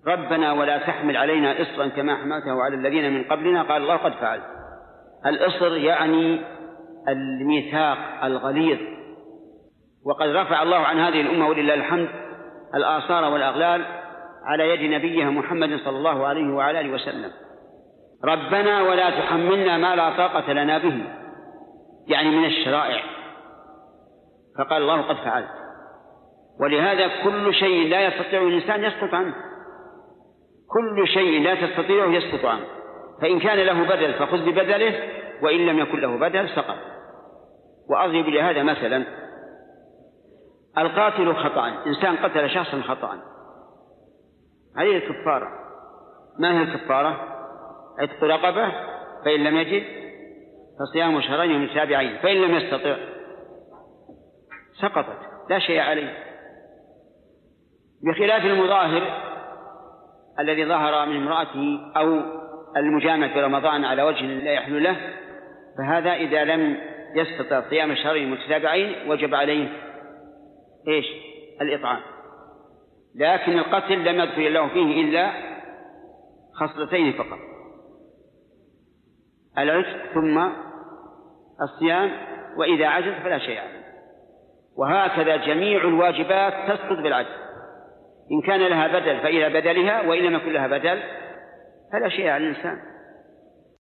ربنا ولا تحمل علينا إصرا كما حملته على الذين من قبلنا، قال الله قد فعلت. الإصر يعني الميثاق الغليظ، وقد رفع الله عن هذه الأمة ولله الحمد الآثار والأغلال على يد نبيها محمد صلى الله عليه وعلى آله وسلم. ربنا ولا تحملنا ما لا طاقة لنا به، يعني من الشرائع، فقال الله قد فعلت. ولهذا كل شيء لا يستطيع الإنسان يسقط عنه، كل شيء لا تستطيعه يسقط عنه، فإن كان له بدل فخذ ببدله، وإن لم يكن له بدل سقط. وأضرب لهذا مثلا: القاتل خطأ، إنسان قتل شخصا خطأ، عليه الكفارة. ما هي الكفارة؟ عتق رقبة، فإن لم يجد فصيام شهرين متتابعين، فإن لم يستطع سقطت لا شيء عليه. بخلاف المظاهر الذي ظهر من امرأته أو المجامع في رمضان على وجه لا يحل له، فهذا إذا لم يستطع صيام شهرين متتابعين وجب عليه إيش؟ الإطعام. لكن القتل لم يذكر الله فيه إلا خصلتين فقط: العتق ثم الصيام، وإذا عجز فلا شيء عليه. وهكذا جميع الواجبات تسقط بالعجز، إن كان لها بدل فإلى بدلها، وإن لم يكن لها بدل فلا شيء على الإنسان.